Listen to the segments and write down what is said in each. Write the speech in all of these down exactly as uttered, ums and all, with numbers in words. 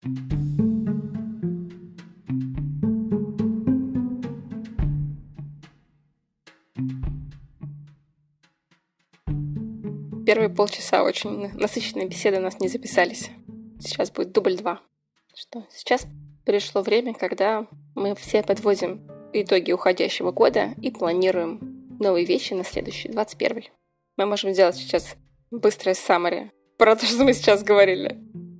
Первые полчаса очень насыщенные беседы у нас не записались. Сейчас будет дубль два. Что сейчас пришло время, когда мы все подводим итоги уходящего года и планируем новые вещи на следующий, двадцать первый. Мы можем сделать сейчас быстрое саммари про то, что мы сейчас говорили.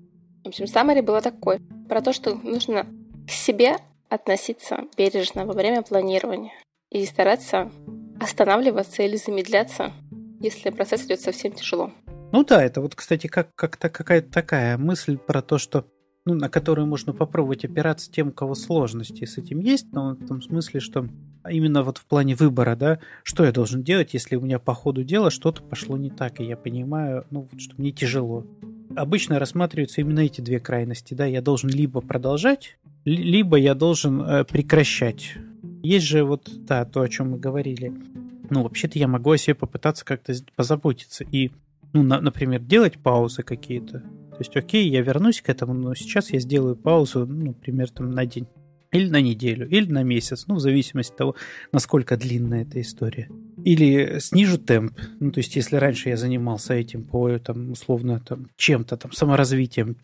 В общем, саммари было такое. Про то, что нужно к себе относиться бережно во время планирования и стараться останавливаться или замедляться, если процесс идет совсем тяжело. Ну да, это вот, кстати, как, как-то какая-то такая мысль про то, что, ну, на которую можно попробовать опираться тем, у кого сложности с этим есть, но в том смысле, что именно вот в плане выбора, да, что я должен делать, если у меня по ходу дела что-то пошло не так, и я понимаю, ну, что мне тяжело. Обычно рассматриваются именно эти две крайности, да, я должен либо продолжать, либо я должен э, прекращать. Есть же вот, да, то, о чем мы говорили. Ну, вообще-то я могу о себе попытаться как-то позаботиться и, ну, на, например, делать паузы какие-то. То есть, окей, я вернусь к этому, но сейчас я сделаю паузу, ну, например, там, на день. Или на неделю, или на месяц, ну, в зависимости от того, насколько длинная эта история. Или снижу темп. Ну, то есть, если раньше я занимался этим по, там, условно, там, чем-то, там, саморазвитием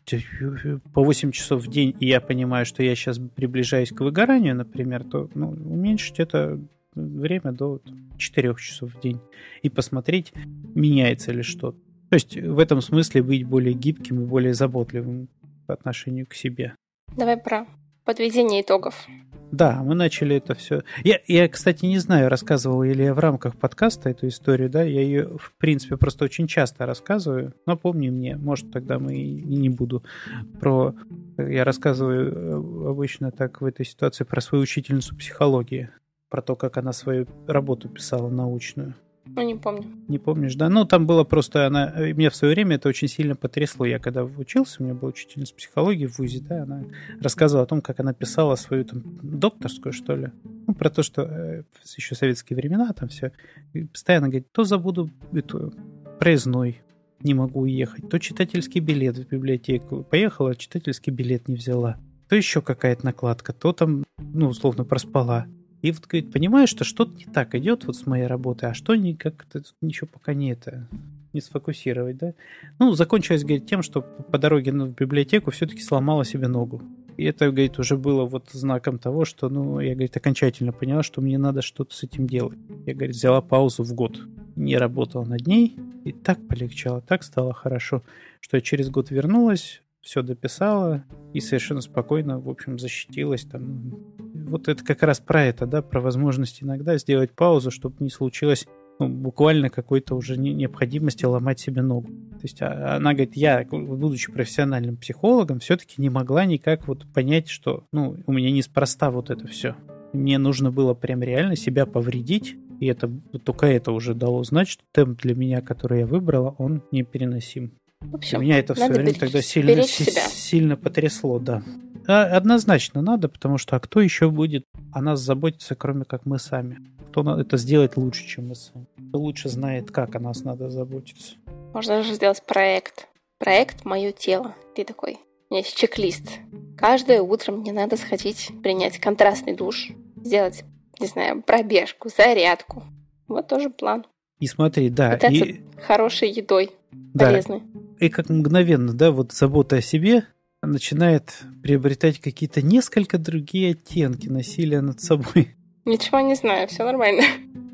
по восемь часов в день, и я понимаю, что я сейчас приближаюсь к выгоранию, например, то, ну, уменьшить это время до четырёх часов в день и посмотреть, меняется ли что-то. То есть в этом смысле быть более гибким и более заботливым по отношению к себе. Давай про подведение итогов. Да, мы начали это все. Я, я, кстати, не знаю, рассказывал ли я в рамках подкаста эту историю, да, я ее, в принципе, просто очень часто рассказываю. Напомни мне, может, тогда мы и не буду про... Я рассказываю обычно так в этой ситуации про свою учительницу психологии, про то, как она свою работу писала научную. Ну, не помню. Не помнишь, да? Ну, там было просто... она меня в свое время это очень сильно потрясло. Я когда учился, у меня была учительница психологии в ВУЗе, да, она рассказывала о том, как она писала свою там докторскую, что ли. Ну, про то, что э, еще советские времена, там все. И постоянно говорит, то забуду эту проездной, не могу уехать, то читательский билет в библиотеку. Поехала, читательский билет не взяла. То еще какая-то накладка, то там, ну, условно, проспала. И вот, говорит, понимаешь, что что-то не так идет вот с моей работой, а что не как-то ничего пока не это, не сфокусировать, да? Ну, закончилось, говорит, тем, что по дороге в библиотеку все-таки сломала себе ногу. И это, говорит, уже было вот знаком того, что, ну, я, говорит, окончательно поняла, что мне надо что-то с этим делать. Я, говорит, взяла паузу в год, не работала над ней, и так полегчало, так стало хорошо, что я через год вернулась, все дописала и совершенно спокойно, в общем, защитилась там. Вот это как раз про это, да, про возможность иногда сделать паузу, чтобы не случилось, ну, буквально какой-то уже необходимости ломать себе ногу. То есть она говорит, я, будучи профессиональным психологом, все-таки не могла никак вот понять, что, ну, у меня неспроста вот это все. Мне нужно было прям реально себя повредить, и это только это уже дало знать, что темп для меня, который я выбрала, он непереносим. В общем, меня это в свое время тогда сильно, сильно потрясло, да. А однозначно надо, потому что а кто еще будет о нас заботиться, кроме как мы сами? Кто это сделает лучше, чем мы сами? Кто лучше знает, как о нас надо заботиться? Можно даже сделать проект. Проект «Мое тело». Ты такой, у меня есть чек-лист. Каждое утро мне надо сходить, принять контрастный душ, сделать, не знаю, пробежку, зарядку. Вот тоже план. И смотри, да. Питаться и... хорошей едой, да. полезной. И как мгновенно, да, вот забота о себе начинает приобретать какие-то несколько другие оттенки насилия над собой. Ничего не знаю, все нормально.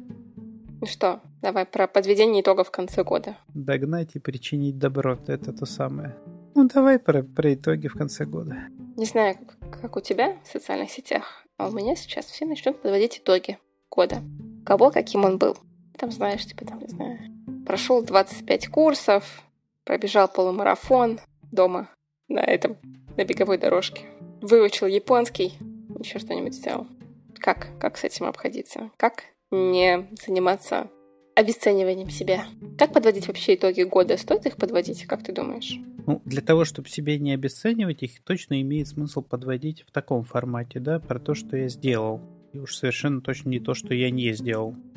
Ну что, давай про подведение итогов в конце года. Догнать и причинить добро, это то самое. Ну, давай про, про итоги в конце года. Не знаю, как у тебя в социальных сетях, а у меня сейчас все начнут подводить итоги года. Кого, каким он был. Там, знаешь, типа, там, не знаю, прошел двадцать пять курсов, пробежал полумарафон дома на этом, на беговой дорожке. Выучил японский, еще что-нибудь сделал. Как? Как с этим обходиться? Как не заниматься обесцениванием себя? Как подводить вообще итоги года? Стоит их подводить, как ты думаешь? Ну, для того, чтобы себя не обесценивать, их точно имеет смысл подводить в таком формате, да, про то, что я сделал. И уж совершенно точно не то, что я не сделал.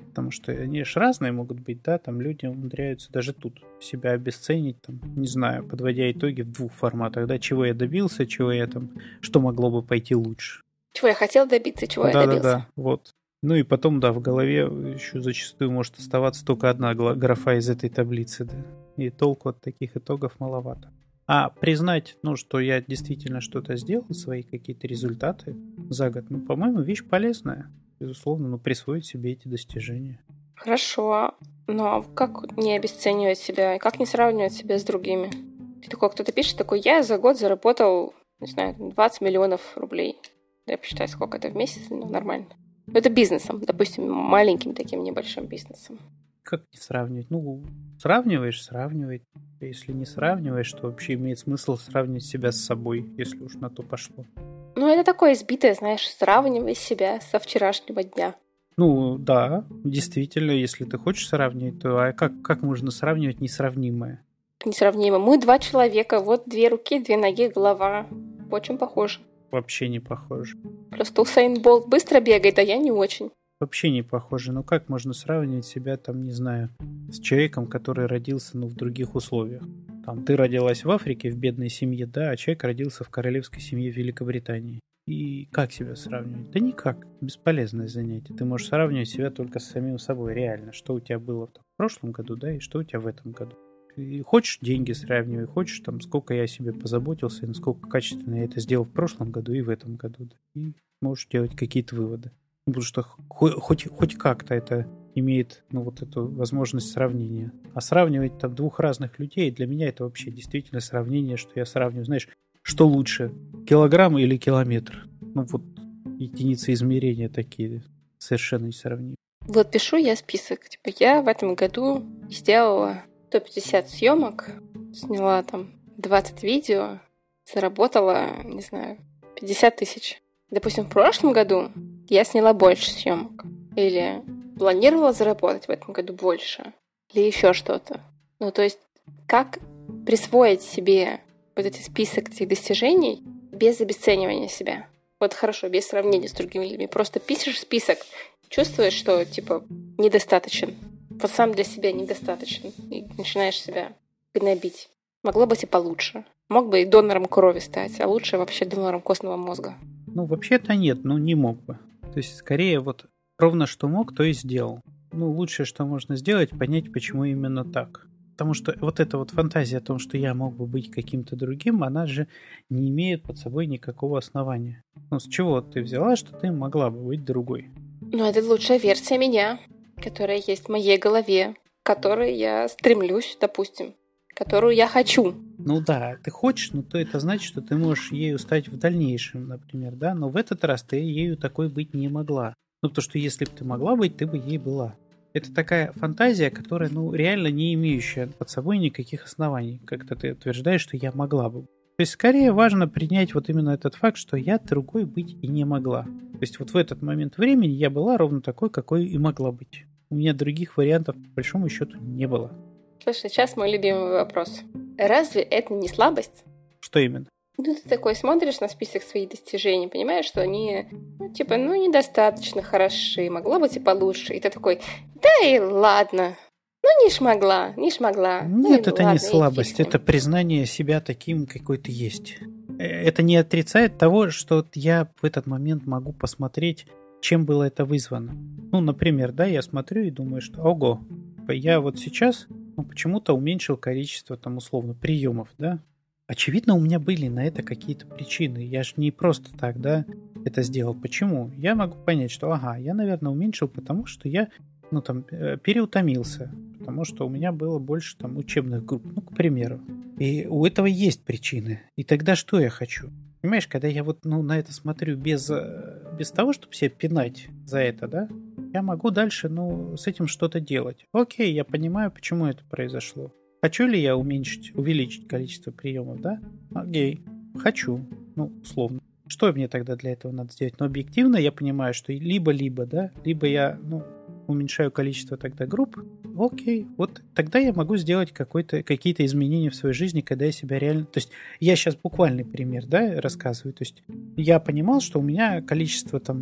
Потому что они же разные могут быть, да, там люди умудряются даже тут себя обесценить, там, не знаю, подводя итоги в двух форматах, да, чего я добился, чего я там, что могло бы пойти лучше. Чего я хотел добиться, чего да, я добился. Да-да-да, вот. Ну и потом, да, в голове еще зачастую может оставаться только одна графа из этой таблицы, да, и толку от таких итогов маловато. А признать, ну, что я действительно что-то сделал, свои какие-то результаты за год, ну, по-моему, вещь полезная. Безусловно, ну, присвоить себе эти достижения. Хорошо, но как не обесценивать себя, как не сравнивать себя с другими? Ты такой, кто-то пишет, такой, я за год заработал, не знаю, двадцать миллионов рублей. Я посчитаю, сколько это в месяц, ну, нормально. Но это бизнесом, допустим, маленьким таким небольшим бизнесом. Как не сравнивать? Ну, сравниваешь, сравнивай. Если не сравниваешь, то вообще имеет смысл сравнивать себя с собой, если уж на то пошло. Ну, это такое избитое, знаешь, сравнивай себя со вчерашнего дня. Ну, да, действительно, если ты хочешь сравнивать, то а как, как можно сравнивать несравнимое? Несравнимо. Мы два человека, вот две руки, две ноги, голова. Очень похожи. Вообще не похоже. Просто Усейн Болт быстро бегает, а я не очень. Вообще не похоже. Ну как можно сравнивать себя, там, не знаю, с человеком, который родился, ну, в других условиях? Там, ты родилась в Африке, в бедной семье, да, а человек родился в королевской семье в Великобритании. И как себя сравнивать? Да никак. Бесполезное занятие. Ты можешь сравнивать себя только с самим собой. Реально. Что у тебя было в прошлом году, да, и что у тебя в этом году. И хочешь деньги сравнивай, хочешь там, сколько я о себе позаботился, и насколько качественно я это сделал в прошлом году и в этом году. Да. И можешь делать какие-то выводы. Потому что хоть, хоть, хоть как-то это имеет, ну, вот эту возможность сравнения. А сравнивать там двух разных людей, для меня это вообще действительно сравнение, что я сравниваю, знаешь, что лучше, килограмм или километр? Ну, вот единицы измерения такие совершенно несравнимые. Вот пишу я список. Типа, я в этом году сделала сто пятьдесят съемок, сняла там двадцать видео, заработала, не знаю, пятьдесят тысяч. Допустим, в прошлом году я сняла больше съемок. Или планировала заработать в этом году больше. Или еще что-то. Ну, то есть, как присвоить себе вот этот список этих достижений без обесценивания себя. Вот хорошо, без сравнения с другими людьми. Просто пишешь список, чувствуешь, что, типа, недостаточен. Вот сам для себя недостаточен. И начинаешь себя гнобить. Могло быть и получше. Мог бы и донором крови стать, а лучше вообще донором костного мозга. Ну, вообще-то нет, ну, не мог бы. То есть, скорее, вот ровно что мог, то и сделал. Ну, лучшее, что можно сделать, понять, почему именно так. Потому что вот эта вот фантазия о том, что я мог бы быть каким-то другим, она же не имеет под собой никакого основания. Ну, с чего ты взяла, что ты могла бы быть другой? Ну, это лучшая версия меня, которая есть в моей голове, к которой я стремлюсь, допустим, которую я хочу. Ну да, ты хочешь, но то это значит, что ты можешь ею стать в дальнейшем, например, да? Но в этот раз ты ею такой быть не могла. Ну, потому что если бы ты могла быть, ты бы ей была. Это такая фантазия, которая, ну, реально не имеющая под собой никаких оснований. Как-то ты утверждаешь, что я могла бы. То есть, скорее важно принять вот именно этот факт, что я другой быть и не могла. То есть, вот в этот момент времени я была ровно такой, какой и могла быть. У меня других вариантов, по большому счету, не было. Слушай, сейчас мой любимый вопрос. Разве это не слабость? Что именно? Ну, ты такой смотришь на список своих достижений, понимаешь, что они, ну, типа, ну, недостаточно хороши, могло быть и получше. И ты такой, да и ладно, ну, не шмогла, не шмогла. Нет, ну, это ладно, не слабость, это признание себя таким, какой ты есть. Это не отрицает того, что я в этот момент могу посмотреть, чем было это вызвано. Ну, например, да, я смотрю и думаю, что, ого, я вот сейчас, ну, почему-то уменьшил количество, там, условно, приемов, да. Очевидно, у меня были на это какие-то причины. Я же не просто так, да, это сделал. Почему? Я могу понять, что, ага, я, наверное, уменьшил, потому что я, ну, там, переутомился. Потому что у меня было больше, там, учебных групп, ну, к примеру. И у этого есть причины. И тогда что я хочу? Понимаешь, когда я вот, ну, на это смотрю без, без того, чтобы себя пинать за это, да, я могу дальше, ну, с этим что-то делать. Окей, я понимаю, почему это произошло. Хочу ли я уменьшить, увеличить количество приемов, да? Окей, хочу, ну, условно. Что мне тогда для этого надо сделать? Но объективно я понимаю, что либо-либо, да, либо я, ну, уменьшаю количество тогда групп. Окей, вот тогда я могу сделать какой-то, какие-то изменения в своей жизни, когда я себя реально... То есть я сейчас буквальный пример, да, рассказываю. То есть я понимал, что у меня количество там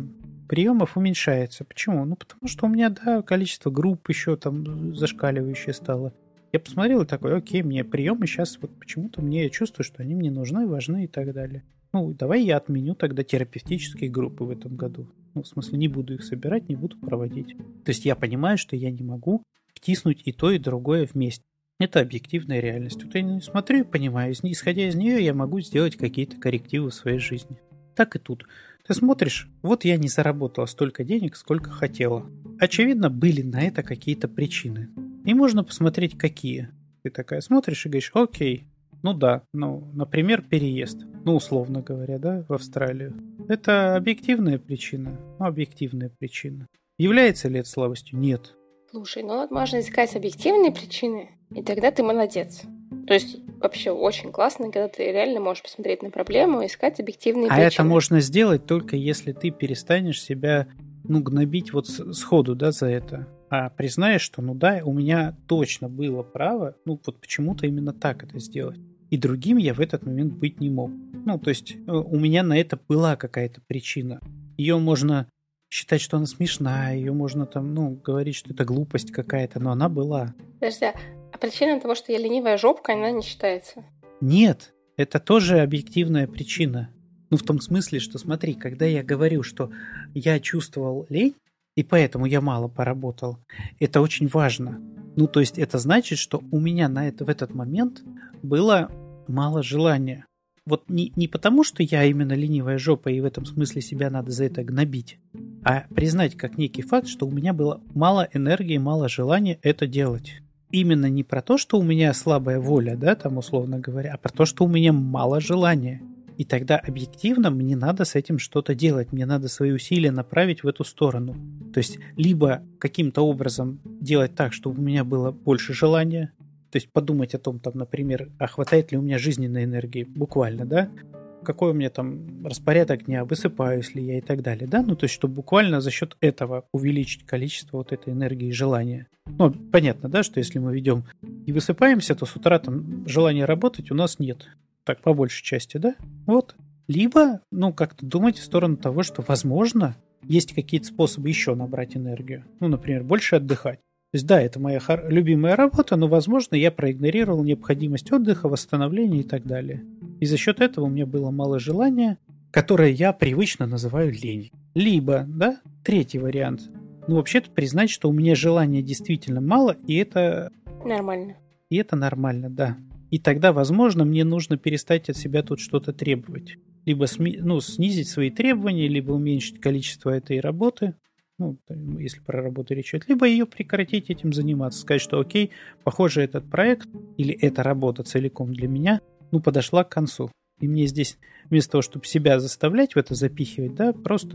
приемов уменьшается. Почему? Ну, потому что у меня, да, количество групп еще там зашкаливающее стало. Я посмотрел и такой, окей, мне приемы сейчас вот почему-то мне я чувствую, что они мне нужны, важны и так далее. Ну, давай я отменю тогда терапевтические группы в этом году. Ну, в смысле, не буду их собирать, не буду проводить. То есть я понимаю, что я не могу втиснуть и то, и другое вместе. Это объективная реальность. Вот я не смотрю и понимаю, исходя из нее я могу сделать какие-то коррективы в своей жизни. Так и тут. Ты смотришь, вот я не заработала столько денег, сколько хотела. Очевидно, были на это какие-то причины. И можно посмотреть, какие. Ты такая смотришь и говоришь, окей, ну да, ну, например, переезд. Ну, условно говоря, да, в Австралию. Это объективная причина? Ну, объективная причина. Является ли это слабостью? Нет. Слушай, ну вот можно искать объективные причины, и тогда ты молодец. То есть вообще очень классно, когда ты реально можешь посмотреть на проблему и искать объективные а причины. А это можно сделать только если ты перестанешь себя, ну, гнобить вот сходу, да, за это. А признаешь, что, ну да, у меня точно было право, ну, вот почему-то именно так это сделать. И другим я в этот момент быть не мог. Ну, то есть у меня на это была какая-то причина. Ее можно считать, что она смешная, ее можно там, ну, говорить, что это глупость какая-то, но она была. Подожди, а причина того, что я ленивая жопка, она не считается? Нет, это тоже объективная причина. Ну, в том смысле, что смотри, когда я говорю, что я чувствовал лень, и поэтому я мало поработал, это очень важно. Ну, то есть это значит, что у меня на это, в этот момент было мало желания. Вот не, не потому, что я именно ленивая жопа, и в этом смысле себя надо за это гнобить, а признать как некий факт, что у меня было мало энергии, мало желания это делать. Именно не про то, что у меня слабая воля, да, там условно говоря, а про то, что у меня мало желания. И тогда объективно мне надо с этим что-то делать, мне надо свои усилия направить в эту сторону. То есть либо каким-то образом делать так, чтобы у меня было больше желания, то есть подумать о том, там, например, а хватает ли у меня жизненной энергии, буквально, да, какой у меня там распорядок дня, высыпаюсь ли я и так далее, да, ну, то есть, чтобы буквально за счет этого увеличить количество вот этой энергии и желания. Ну, понятно, да, что если мы ведем и высыпаемся, то с утра там желания работать у нас нет. Так, по большей части, да? Вот. Либо, ну, как-то думать в сторону того, что, возможно, есть какие-то способы еще набрать энергию. Ну, например, больше отдыхать. То есть, да, это моя хор- любимая работа, но, возможно, я проигнорировал необходимость отдыха, восстановления и так далее. И за счет этого у меня было мало желания, которое я привычно называю лень. Либо, да, третий вариант. Ну, вообще-то признать, что у меня желания действительно мало, и это... Нормально. И это нормально, да. И тогда, возможно, мне нужно перестать от себя тут что-то требовать. Либо сми- ну, снизить свои требования, либо уменьшить количество этой работы. Ну, если про работу речь идет. Либо ее прекратить этим заниматься. Сказать, что окей, похоже, этот проект или эта работа целиком для меня, ну, подошла к концу. И мне здесь, вместо того, чтобы себя заставлять в это запихивать, да, просто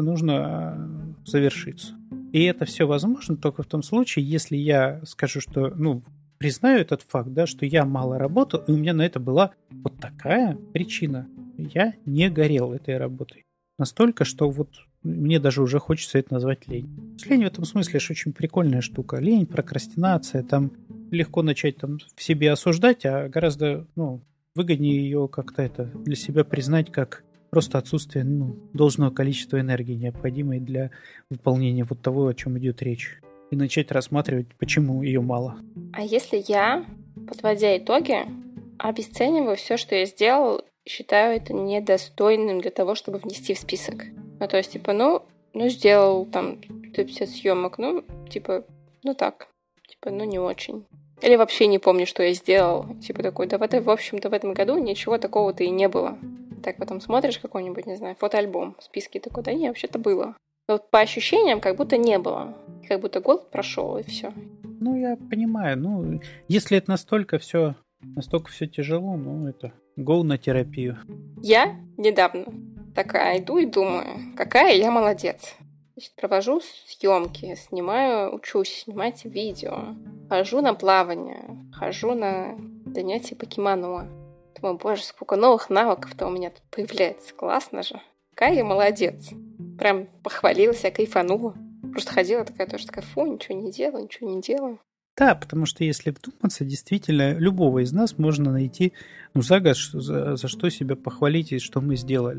нужно завершиться. И это все возможно только в том случае, если я скажу, что, ну, признаю этот факт, да, что я мало работал, и у меня на это была вот такая причина. Я не горел этой работой. Настолько, что вот мне даже уже хочется это назвать лень. Лень в этом смысле же очень прикольная штука. Лень, прокрастинация, там легко начать там в себе осуждать, а гораздо, ну, выгоднее ее как-то это для себя признать как просто отсутствие, ну, должного количества энергии, необходимой для выполнения вот того, о чем идет речь. И начать рассматривать, почему ее мало. А если я, подводя итоги, обесцениваю все, что я сделал, считаю это недостойным для того, чтобы внести в список? Ну, то есть, типа, ну, ну сделал там сто пятьдесят съемок, ну, типа, ну так, типа, ну не очень. Или вообще не помню, что я сделал. Типа такой, да в, это, в общем-то в этом году ничего такого-то и не было. Так потом смотришь какой-нибудь, не знаю, фотоальбом, списки такой, да не, вообще-то было. Но вот по ощущениям как будто не было. Как будто год прошел, и все. Ну, я понимаю. Ну, если это настолько все, настолько все тяжело, ну, это go на терапию. Я недавно такая иду и думаю, какая я молодец. Значит, провожу съемки, снимаю, учусь снимать видео, хожу на плавание, хожу на занятия по кимоно. Думаю, боже, сколько новых навыков-то у меня тут появляется. Классно же. Какая я молодец. Прям похвалилась, я кайфанула. Просто ходила такая тоже такая, фу, ничего не делаю, ничего не делаю. Да, потому что если вдуматься, действительно, любого из нас можно найти, ну, за год, за, за что себя похвалить и что мы сделали.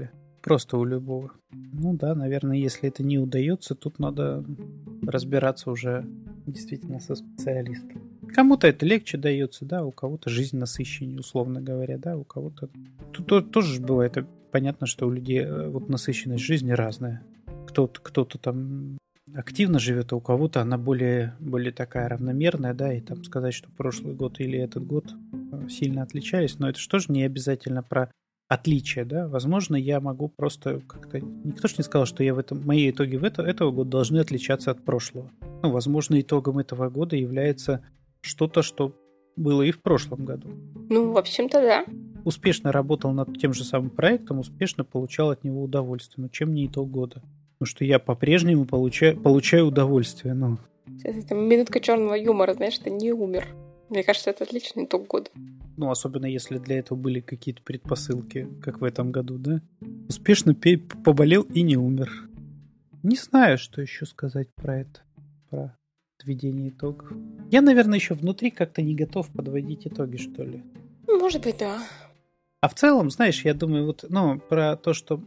просто у любого. Ну да, наверное, если это не удается, тут надо разбираться уже действительно со специалистом. Кому-то это легче дается, да, у кого-то жизнь насыщеннее, условно говоря, да, у кого-то... Тут тоже бывает понятно, что у людей вот насыщенность жизни разная. Кто-то, кто-то там активно живет, а у кого-то она более, более такая равномерная, да, и там сказать, что прошлый год или этот год сильно отличались, но это же тоже не обязательно про отличие, да, возможно, я могу просто как-то... Никто же не сказал, что я в этом... Мои итоги в это, этого года должны отличаться от прошлого. Ну, возможно, итогом этого года является что-то, что было и в прошлом году. Ну, в общем-то, да. Успешно работал над тем же самым проектом, успешно получал от него удовольствие. Но чем не итог года? Потому что я по-прежнему получаю, получаю удовольствие. Ну. Это минутка черного юмора, знаешь, ты не умер. Мне кажется, это отличный итог года. Ну, особенно если для этого были какие-то предпосылки, как в этом году, да? Успешно пе- поболел и не умер. Не знаю, что еще сказать про это, про подведение итогов. Я, наверное, еще внутри как-то не готов подводить итоги, что ли. Может быть, да. А в целом, знаешь, я думаю, вот, ну, про то, что...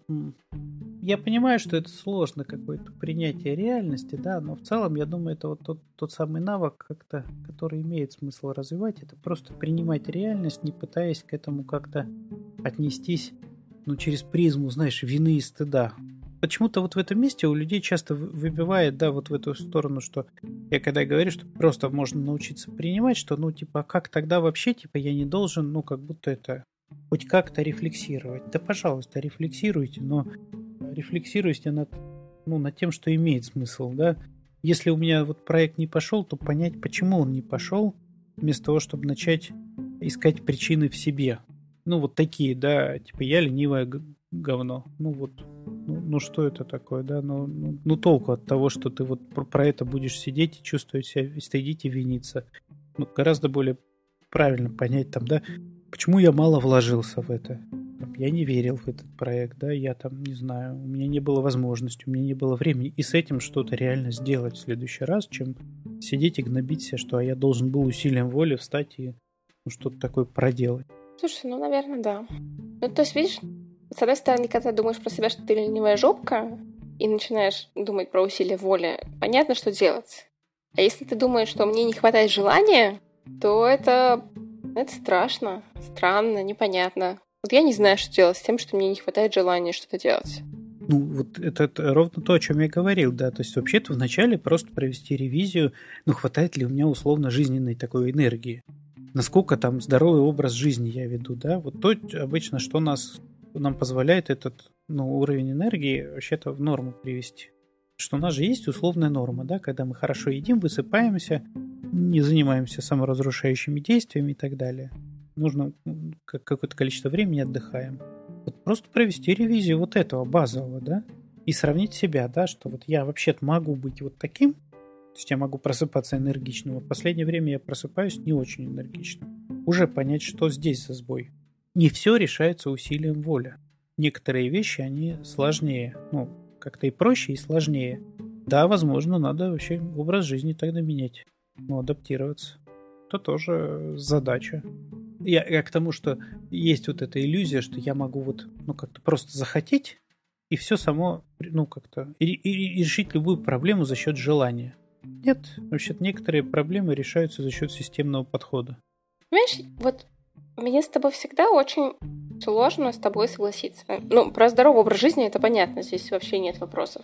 Я понимаю, что это сложно, какое-то принятие реальности, да, но в целом, я думаю, это вот тот, тот самый навык, как-то, который имеет смысл развивать, это просто принимать реальность, не пытаясь к этому как-то отнестись, ну, через призму, знаешь, вины и стыда. Почему-то вот в этом месте у людей часто выбивает, да, вот в эту сторону, что я когда говорю, что просто можно научиться принимать, что, ну, типа, а как тогда вообще, типа, я не должен, ну, как будто это хоть как-то рефлексировать. Да, пожалуйста, рефлексируйте, но рефлексируйте над, ну, над тем, что имеет смысл, да. Если у меня вот проект не пошел, то понять, почему он не пошел, вместо того, чтобы начать искать причины в себе. Ну, вот такие, да, типа, я ленивое г- говно. Ну, вот, ну, ну, что это такое, да, ну, ну, ну, толку от того, что ты вот про, про это будешь сидеть и чувствовать себя, стыдить и виниться. Ну, гораздо более правильно понять там, да, почему я мало вложился в это. Я не верил в этот проект, да, я там, не знаю, у меня не было возможности, у меня не было времени, и с этим что-то реально сделать в следующий раз, чем сидеть и гнобить себя, что а я должен был усилием воли встать и ну, что-то такое проделать. Слушай, ну, наверное, да. Ну, то есть, видишь, с одной стороны, когда ты думаешь про себя, что ты ленивая жопка, и начинаешь думать про усилие воли, понятно, что делать. А если ты думаешь, что мне не хватает желания, то это, это страшно, странно, непонятно. Вот я не знаю, что делать с тем, что мне не хватает желания что-то делать. Ну, вот это, это ровно то, о чем я говорил, да. То есть, вообще-то вначале просто провести ревизию, ну, хватает ли у меня условно жизненной такой энергии. Насколько там здоровый образ жизни я веду, да. Вот то обычно, что нас, нам позволяет этот ну, уровень энергии вообще-то в норму привести. Что у нас же есть условная норма, да, когда мы хорошо едим, высыпаемся, не занимаемся саморазрушающими действиями и так далее. Нужно какое-то количество времени отдыхаем. Вот просто провести ревизию вот этого базового, да, и сравнить себя, да, что вот я вообще-то могу быть вот таким, то есть я могу просыпаться энергичным, а в последнее время я просыпаюсь не очень энергично. Уже понять, что здесь за сбой. Не все решается усилием воли. Некоторые вещи, они сложнее, ну, как-то и проще, и сложнее. Да, возможно, надо вообще образ жизни тогда менять, ну, адаптироваться. Это тоже задача. Я, я к тому, что есть вот эта иллюзия, что я могу вот, ну, как-то просто захотеть, и все само, ну, как-то, и, и, и решить любую проблему за счет желания. Нет, вообще-то некоторые проблемы решаются за счет системного подхода. Понимаешь, вот мне с тобой всегда очень сложно с тобой согласиться. Ну, про здоровый образ жизни это понятно, здесь вообще нет вопросов.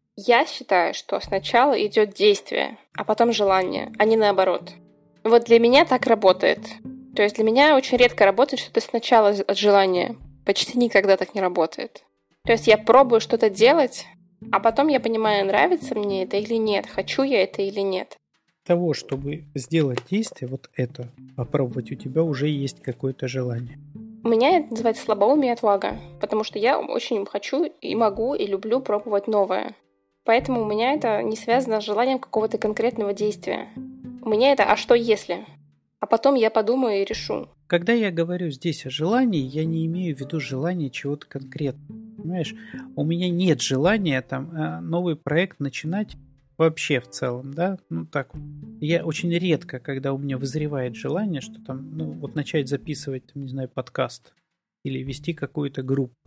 Я считаю, что сначала идет действие, а потом желание, а не наоборот. Вот для меня так работает. То есть для меня очень редко работает, что это сначала от желания. Почти никогда так не работает. То есть я пробую что-то делать, а потом я понимаю, нравится мне это или нет, хочу я это или нет. Того, чтобы сделать действие, вот это, попробовать, у тебя уже есть какое-то желание. У меня это называется слабоумие и отвага, потому что я очень хочу и могу и люблю пробовать новое. Поэтому у меня это не связано с желанием какого-то конкретного действия. У меня это «а что если?». А потом я подумаю и решу. Когда я говорю здесь о желании, я не имею в виду желание чего-то конкретного. Понимаешь, у меня нет желания там новый проект начинать вообще в целом, да, ну так вот. Я очень редко, когда у меня вызревает желание, что там, ну вот начать записывать, там, не знаю, подкаст или вести какую-то группу, да.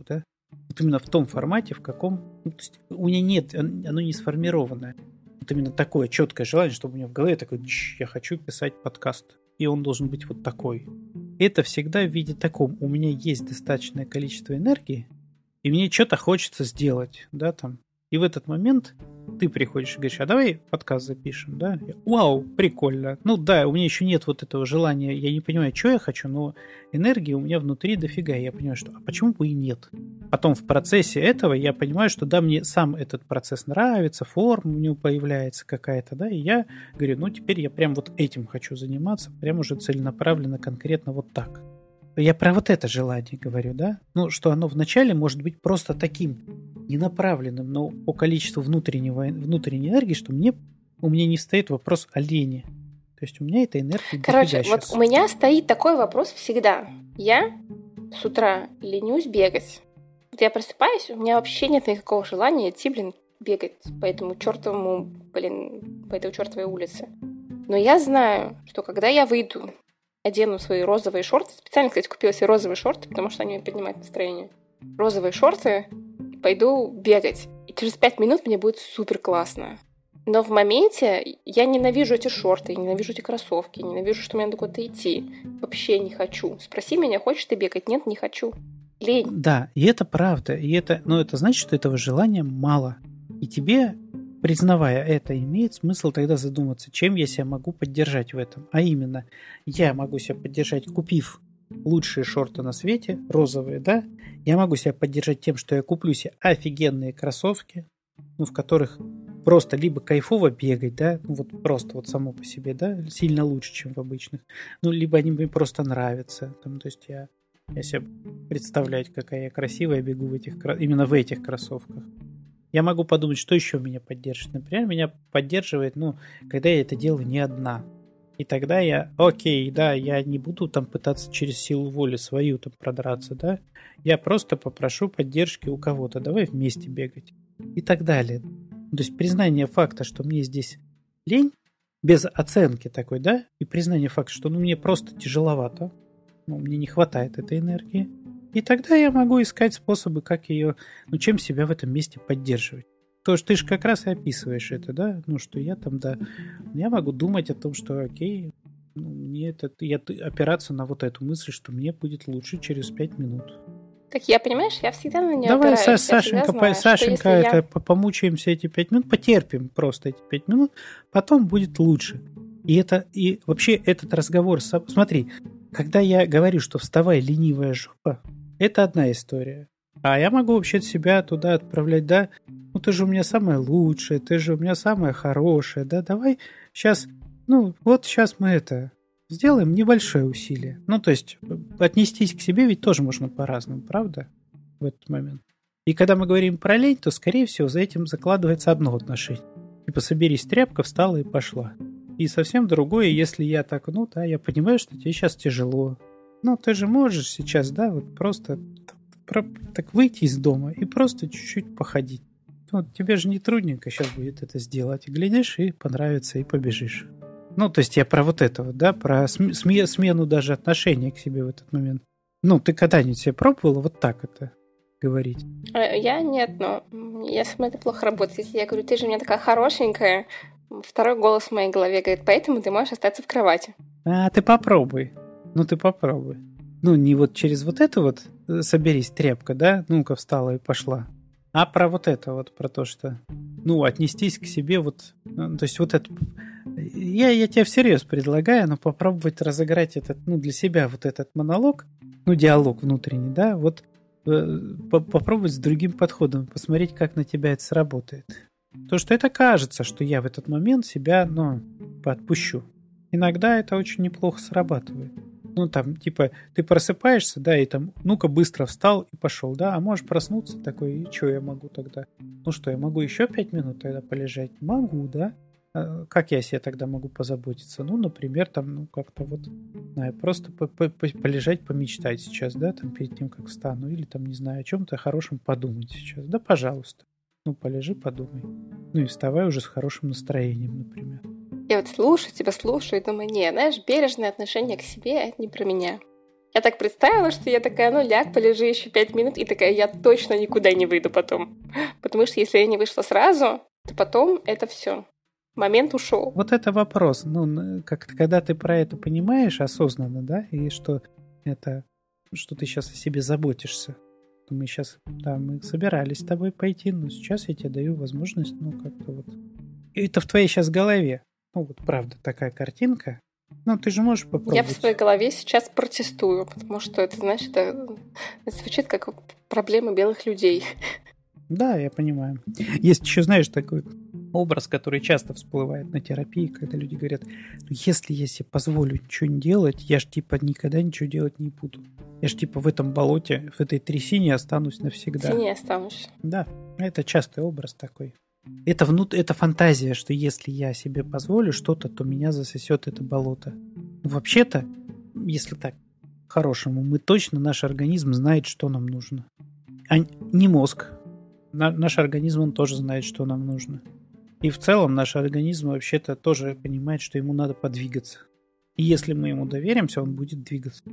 Вот именно в том формате, в каком... Ну, то есть у меня нет, оно не сформированное. Вот именно такое четкое желание, чтобы у меня в голове такое, я хочу писать подкаст, и он должен быть вот такой. Это всегда в виде таком. У меня есть достаточное количество энергии, и мне что-то хочется сделать, да, там. И в этот момент ты приходишь и говоришь, а давай подкаст запишем, да? Я, вау, прикольно. Ну да, у меня еще нет вот этого желания, я не понимаю, что я хочу, но энергии у меня внутри дофига, и я понимаю, что, а почему бы и нет? Потом в процессе этого я понимаю, что да, мне сам этот процесс нравится, форма у него появляется какая-то, да, и я говорю, ну теперь я прям вот этим хочу заниматься, прям уже целенаправленно, конкретно вот так. Я про вот это желание говорю, да? Ну, что оно вначале может быть просто таким ненаправленным, но по количеству внутреннего, внутренней энергии, что мне, у меня не стоит вопрос о лени. То есть у меня эта энергия... Короче, вот у меня стоит такой вопрос всегда. Я с утра ленюсь бегать. Вот я просыпаюсь, у меня вообще нет никакого желания идти, блин, бегать по этому чертовому, блин, по этой чертовой улице. Но я знаю, что когда я выйду, одену свои розовые шорты. Специально, кстати, купила себе розовые шорты, потому что они мне поднимают настроение. Розовые шорты, и пойду бегать. И через пять минут мне будет супер классно. Но в моменте я ненавижу эти шорты, ненавижу эти кроссовки, ненавижу, что мне надо куда-то идти. Вообще не хочу. Спроси меня, хочешь ты бегать? Нет, не хочу. Лень. Да, и это правда. И это, но это значит, что этого желания мало. И тебе... Признавая это, имеет смысл тогда задуматься, чем я себя могу поддержать в этом. А именно, я могу себя поддержать, купив лучшие шорты на свете, розовые, да? Я могу себя поддержать тем, что я куплю себе офигенные кроссовки, ну, в которых просто либо кайфово бегать, да, ну, вот просто вот само по себе, да, сильно лучше, чем в обычных, ну, либо они мне просто нравятся, там, то есть я, я себе представлять, какая я красивая бегу в этих, именно в этих кроссовках. Я могу подумать, что еще меня поддержит. Например, меня поддерживает, ну, когда я это делаю не одна. И тогда я, окей, да, я не буду там пытаться через силу воли свою там продраться, да. Я просто попрошу поддержки у кого-то. Давай вместе бегать. И так далее. То есть признание факта, что мне здесь лень, без оценки такой, да, и признание факта, что ну, мне просто тяжеловато, ну, мне не хватает этой энергии. И тогда я могу искать способы, как ее, ну, чем себя в этом месте поддерживать. Потому что ты же как раз и описываешь это, да, ну, что я там, да, я могу думать о том, что, окей, ну, мне это, я опираться на вот эту мысль, что мне будет лучше через пять минут. Так я, понимаешь, я всегда на нее Давай, опираюсь. Сашенька, знаю, Сашенька, это я... помучаемся эти пять минут, потерпим просто эти пять минут, потом будет лучше. И это, и вообще этот разговор, смотри, когда я говорю, что вставай, ленивая жопа, это одна история. А я могу вообще себя туда отправлять, да, ну ты же у меня самая лучшая, ты же у меня самая хорошая, да, давай сейчас, ну вот сейчас мы это сделаем небольшое усилие. Ну то есть отнестись к себе ведь тоже можно по-разному, правда, в этот момент. И когда мы говорим про лень, то скорее всего за этим закладывается одно отношение. Типа соберись, тряпка, встала и пошла. И совсем другое, если я так, ну да, я понимаю, что тебе сейчас тяжело. Ну, ты же можешь сейчас, да, вот просто так выйти из дома и просто чуть-чуть походить. Вот тебе же не трудненько сейчас будет это сделать. И глядишь, и понравится, и побежишь. Ну, то есть я про вот это вот, да, про сме- смену даже отношения к себе в этот момент. Ну, ты когда-нибудь себе пробовала вот так это говорить? Я нет, но я сама это плохо работает. Если я говорю, ты же у меня такая хорошенькая, второй голос в моей голове говорит, поэтому ты можешь остаться в кровати. А, ты попробуй. Ну, ты попробуй. Ну, не вот через вот это вот соберись, тряпка, да, ну-ка встала и пошла, а про вот это вот, про то, что, ну, отнестись к себе вот, то есть вот это, я, я тебе всерьез предлагаю, но попробовать разыграть этот, ну, для себя вот этот монолог, ну, диалог внутренний, да, вот э, попробовать с другим подходом, посмотреть, как на тебя это сработает. То, что это кажется, что я в этот момент себя, ну, подпущу. Иногда это очень неплохо срабатывает. Ну, там, типа, ты просыпаешься, да, и там, ну-ка, быстро встал и пошел, да, а можешь проснуться такой, и что я могу тогда? Ну что, я могу еще пять минут тогда полежать? Могу, да? А как я себе тогда могу позаботиться? Ну, например, там, ну, как-то вот, знаю, просто полежать, помечтать сейчас, да, там, перед тем, как встану, или там, не знаю, о чем-то хорошем подумать сейчас. Да, пожалуйста. Ну, полежи, подумай. Ну, и вставай уже с хорошим настроением, например. Я вот слушаю тебя, слушаю и думаю, не, знаешь, бережное отношение к себе – это не про меня. Я так представила, что я такая, ну ляг, полежи еще пять минут, и такая, я точно никуда не выйду потом. Потому что если я не вышла сразу, то потом это все. Момент ушел. Вот это вопрос. Ну, как когда ты про это понимаешь осознанно, да, и что это, что ты сейчас о себе заботишься. Мы сейчас, да, мы собирались с тобой пойти, но сейчас я тебе даю возможность, ну, как-то вот. И это в твоей сейчас голове. Ну, вот правда, такая картинка. Ну, ты же можешь попробовать. Я в своей голове сейчас протестую, потому что это, знаешь, это, это звучит как проблема белых людей. Да, я понимаю. Есть еще, знаешь, такой образ, который часто всплывает на терапии, когда люди говорят, ну, если я себе позволю ничего не делать, я ж типа никогда ничего делать не буду. Я ж типа в этом болоте, в этой трясине останусь навсегда. В тени останусь. Да, это частый образ такой. Это, внут... это фантазия, что если я себе позволю что-то, то меня засосет это болото. Вообще-то, если так, по-хорошему, мы точно, наш организм знает, что нам нужно. А не мозг. На... Наш организм, он тоже знает, что нам нужно. И в целом наш организм вообще-то тоже понимает, что ему надо подвигаться. И если мы ему доверимся, он будет двигаться.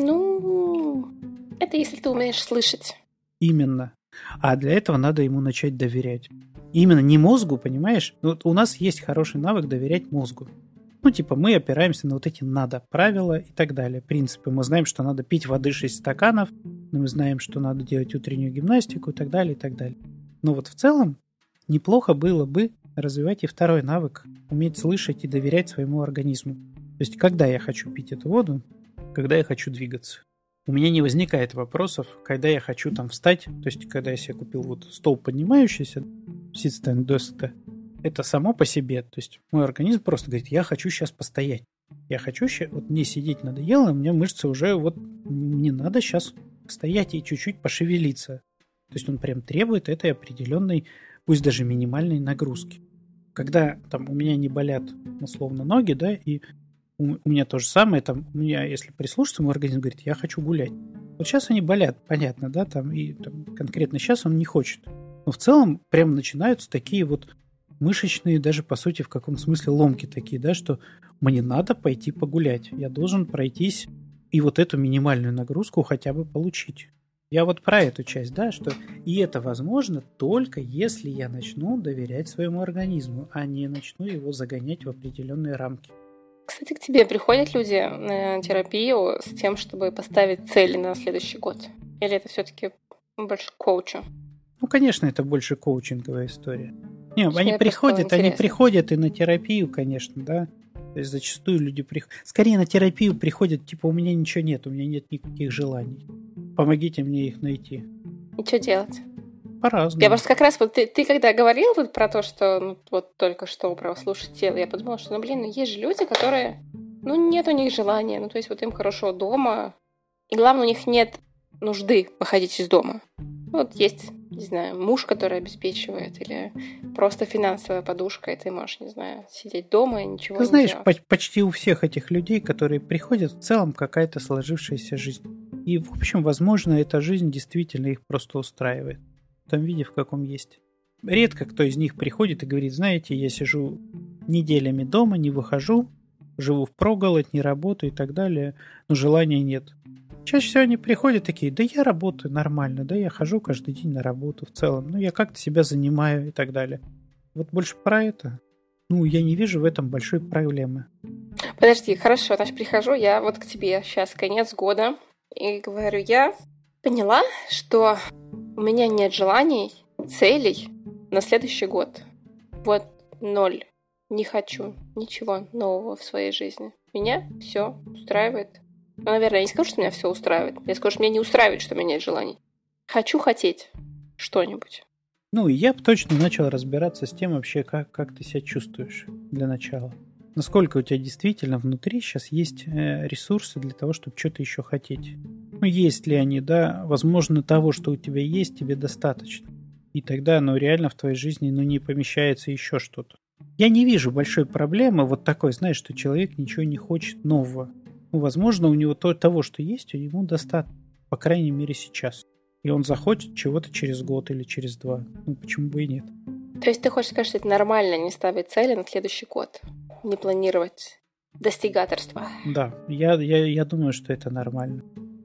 Ну, это если ты умеешь слышать. Именно. А для этого надо ему начать доверять. Именно не мозгу, понимаешь? Вот у нас есть хороший навык доверять мозгу. Ну, типа, мы опираемся на вот эти «надо» правила и так далее. Принципы. Мы знаем, что надо пить воды шесть стаканов, мы знаем, что надо делать утреннюю гимнастику и так далее, и так далее. Но вот в целом неплохо было бы развивать и второй навык – уметь слышать и доверять своему организму. То есть, когда я хочу пить эту воду, когда я хочу двигаться. У меня не возникает вопросов, когда я хочу там встать, то есть, когда я себе купил вот стол поднимающийся, sit-stand desk, это само по себе, то есть, мой организм просто говорит, я хочу сейчас постоять. Я хочу сейчас, вот мне сидеть надоело, у меня мышцы уже вот, не надо сейчас стоять и чуть-чуть пошевелиться. То есть, он прям требует этой определенной, пусть даже минимальной нагрузки. Когда там у меня не болят, условно, ноги, да, и у, у меня то же самое, там, у меня, если прислушаться, мой организм говорит, я хочу гулять. Вот сейчас они болят, понятно, да, там, и там, конкретно сейчас он не хочет. Но в целом прям начинаются такие вот мышечные, даже по сути в каком-то смысле ломки такие, да, что мне надо пойти погулять, я должен пройтись и вот эту минимальную нагрузку хотя бы получить. Я вот про эту часть, да, что и это возможно только если я начну доверять своему организму, а не начну его загонять в определенные рамки. Кстати, к тебе приходят люди на терапию с тем, чтобы поставить цели на следующий год? Или это все-таки больше коучу? Ну, конечно, это больше коучинговая история. Не, они приходят, они приходят и на терапию, конечно, да. То есть зачастую люди приходят... Скорее на терапию приходят, типа, у меня ничего нет, у меня нет никаких желаний. Помогите мне их найти. И что делать? По-разному. Я просто как раз, вот ты, ты когда говорил вот про то, что ну, вот только что про слушать тело, я подумала, что, ну, блин, ну, есть же люди, которые, ну, нет у них желания, ну, то есть вот им хорошо дома, и главное, у них нет нужды выходить из дома. Вот есть, не знаю, муж, который обеспечивает, или просто финансовая подушка, и ты можешь, не знаю, сидеть дома и ничего ты не знаешь, делать. Знаешь, почти у всех этих людей, которые приходят, в целом какая-то сложившаяся жизнь. И, в общем, возможно, эта жизнь действительно их просто устраивает. В том виде, в каком есть. Редко кто из них приходит и говорит, знаете, я сижу неделями дома, не выхожу, живу впроголодь, не работаю и так далее, но желания нет. Чаще всего они приходят такие, да я работаю нормально, да я хожу каждый день на работу в целом, ну я как-то себя занимаю и так далее. Вот больше про это. Ну, я не вижу в этом большой проблемы. Подожди, хорошо, значит, прихожу я вот к тебе, сейчас конец года, и говорю, я поняла, что у меня нет желаний, целей на следующий год. Вот ноль. Не хочу ничего нового в своей жизни. Меня все устраивает. Ну, наверное, я не скажу, что меня все устраивает. Я скажу, что меня не устраивает, что у меня нет желаний. Хочу хотеть что-нибудь. Ну, и я бы точно начал разбираться с тем вообще, как, как ты себя чувствуешь для начала. Насколько у тебя действительно внутри сейчас есть э, ресурсы для того, чтобы что-то еще хотеть. Ну, есть ли они, да, возможно, того, что у тебя есть, тебе достаточно. И тогда, ну, реально в твоей жизни, ну, не помещается еще что-то. Я не вижу большой проблемы вот такой, знаешь, что человек ничего не хочет нового. Ну, возможно, у него то, того, что есть, ему достаточно, по крайней мере, сейчас. И он захочет чего-то через год или через два. Ну, почему бы и нет? То есть ты хочешь сказать, что это нормально не ставить цели на следующий год? Не планировать достигаторство? Да, я, я, я думаю, что это нормально.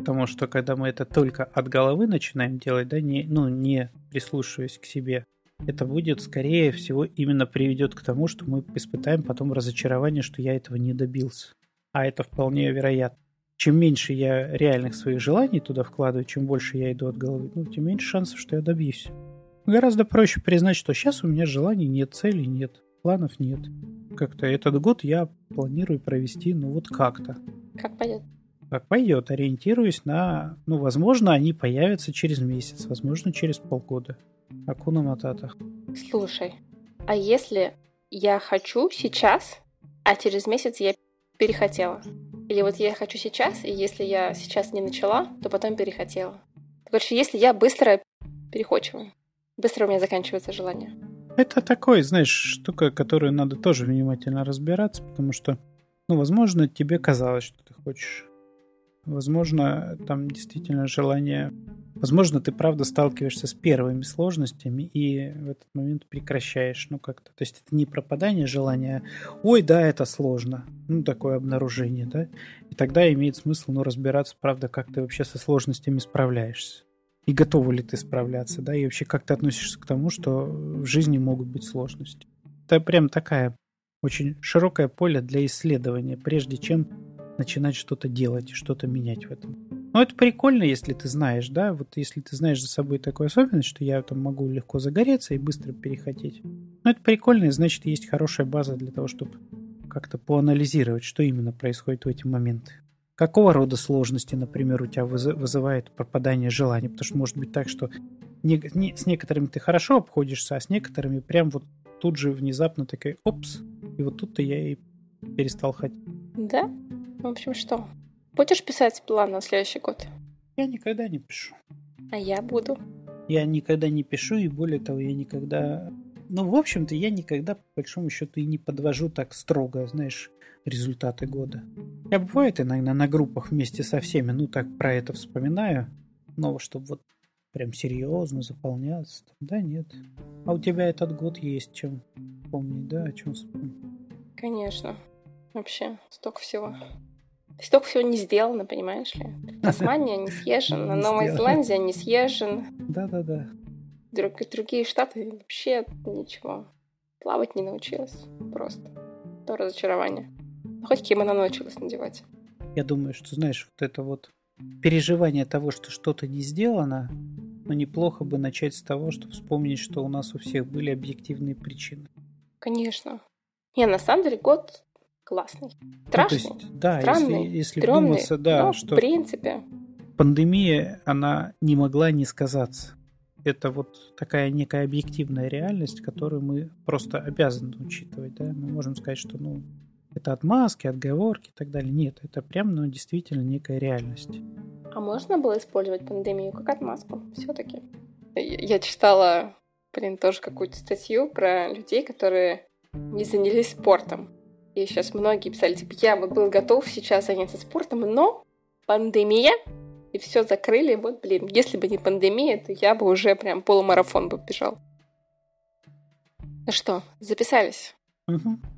Потому что когда мы это только от головы начинаем делать, да, не, ну, не прислушиваясь к себе, это будет, скорее всего, именно приведет к тому, что мы испытаем потом разочарование, что я этого не добился. А это вполне вероятно. Чем меньше я реальных своих желаний туда вкладываю, чем больше я иду от головы, ну, тем меньше шансов, что я добьюсь. Гораздо проще признать, что сейчас у меня желаний нет, целей нет, планов нет. Как-то этот год я планирую провести, ну, вот как-то. Как пойдет? Как пойдет, ориентируюсь на... Ну, возможно, они появятся через месяц, возможно, через полгода. Акуна Матата. Слушай, а если я хочу сейчас, а через месяц я перехотела? Или вот я хочу сейчас, и если я сейчас не начала, то потом перехотела. Короче, если я быстро перехочиваю, быстро у меня заканчивается желание. Это такой, знаешь, штука, которую надо тоже внимательно разбираться, потому что, ну, возможно, тебе казалось, что ты хочешь. Возможно, там действительно желание... Возможно, ты правда сталкиваешься с первыми сложностями и в этот момент прекращаешь, ну, как-то. То есть это не пропадание желания, ой, да, это сложно. Ну, такое обнаружение, да. И тогда имеет смысл, ну, разбираться, правда, как ты вообще со сложностями справляешься. И готова ли ты справляться, да, и вообще как ты относишься к тому, что в жизни могут быть сложности. Это прям такая очень широкое поле для исследования, прежде чем начинать что-то делать и что-то менять в этом. Но это прикольно, если ты знаешь, да, вот если ты знаешь за собой такую особенность, что я там могу легко загореться и быстро перехотеть. Но это прикольно, и значит, есть хорошая база для того, чтобы как-то поанализировать, что именно происходит в эти моменты. Какого рода сложности, например, у тебя вызывает пропадание желания? Потому что может быть так, что не, не, с некоторыми ты хорошо обходишься, а с некоторыми прям вот тут же внезапно такой опс, и вот тут-то я и перестал хотеть. Да? В общем, что? Будешь писать план на следующий год? Я никогда не пишу. А я буду. Я никогда не пишу, и более того, я никогда... Ну, в общем-то, я никогда, по большому счету, и не подвожу так строго, знаешь, результаты года. Я бывает иногда на группах вместе со всеми, ну, так про это вспоминаю, но чтобы вот прям серьезно заполняться, да, нет. А у тебя этот год есть чем помнить, да, о чем вспомнить? Конечно. Вообще, столько всего. Столько всего не сделано, понимаешь ли? Тасмания не съезжена, Новая Зеландия не съезжена. Да-да-да. Друг, другие штаты вообще ничего. Плавать не научилась. Просто. То разочарование. Ну, хоть кимоно научилась надевать. Я думаю, что, знаешь, вот это вот переживание того, что что-то не сделано, но неплохо бы начать с того, чтобы вспомнить, что у нас у всех были объективные причины. Конечно. Не, на самом деле год классный. Страшный, ну, есть, да, странный, если, если стрёмный, вдуматься, да, но что в принципе. Пандемия, она не могла не сказаться. Это вот такая некая объективная реальность, которую мы просто обязаны учитывать. Да? Мы можем сказать, что ну, это отмазки, отговорки и так далее. Нет, это прям ну, действительно некая реальность. А можно было использовать пандемию как отмазку все-таки? Я читала, блин, тоже какую-то статью про людей, которые не занялись спортом. И сейчас многие писали, типа, я вот был готов сейчас заняться спортом, но пандемия, и все закрыли. Вот, блин, если бы не пандемия, то я бы уже прям полумарафон бы бежал. Ну что, записались? Угу.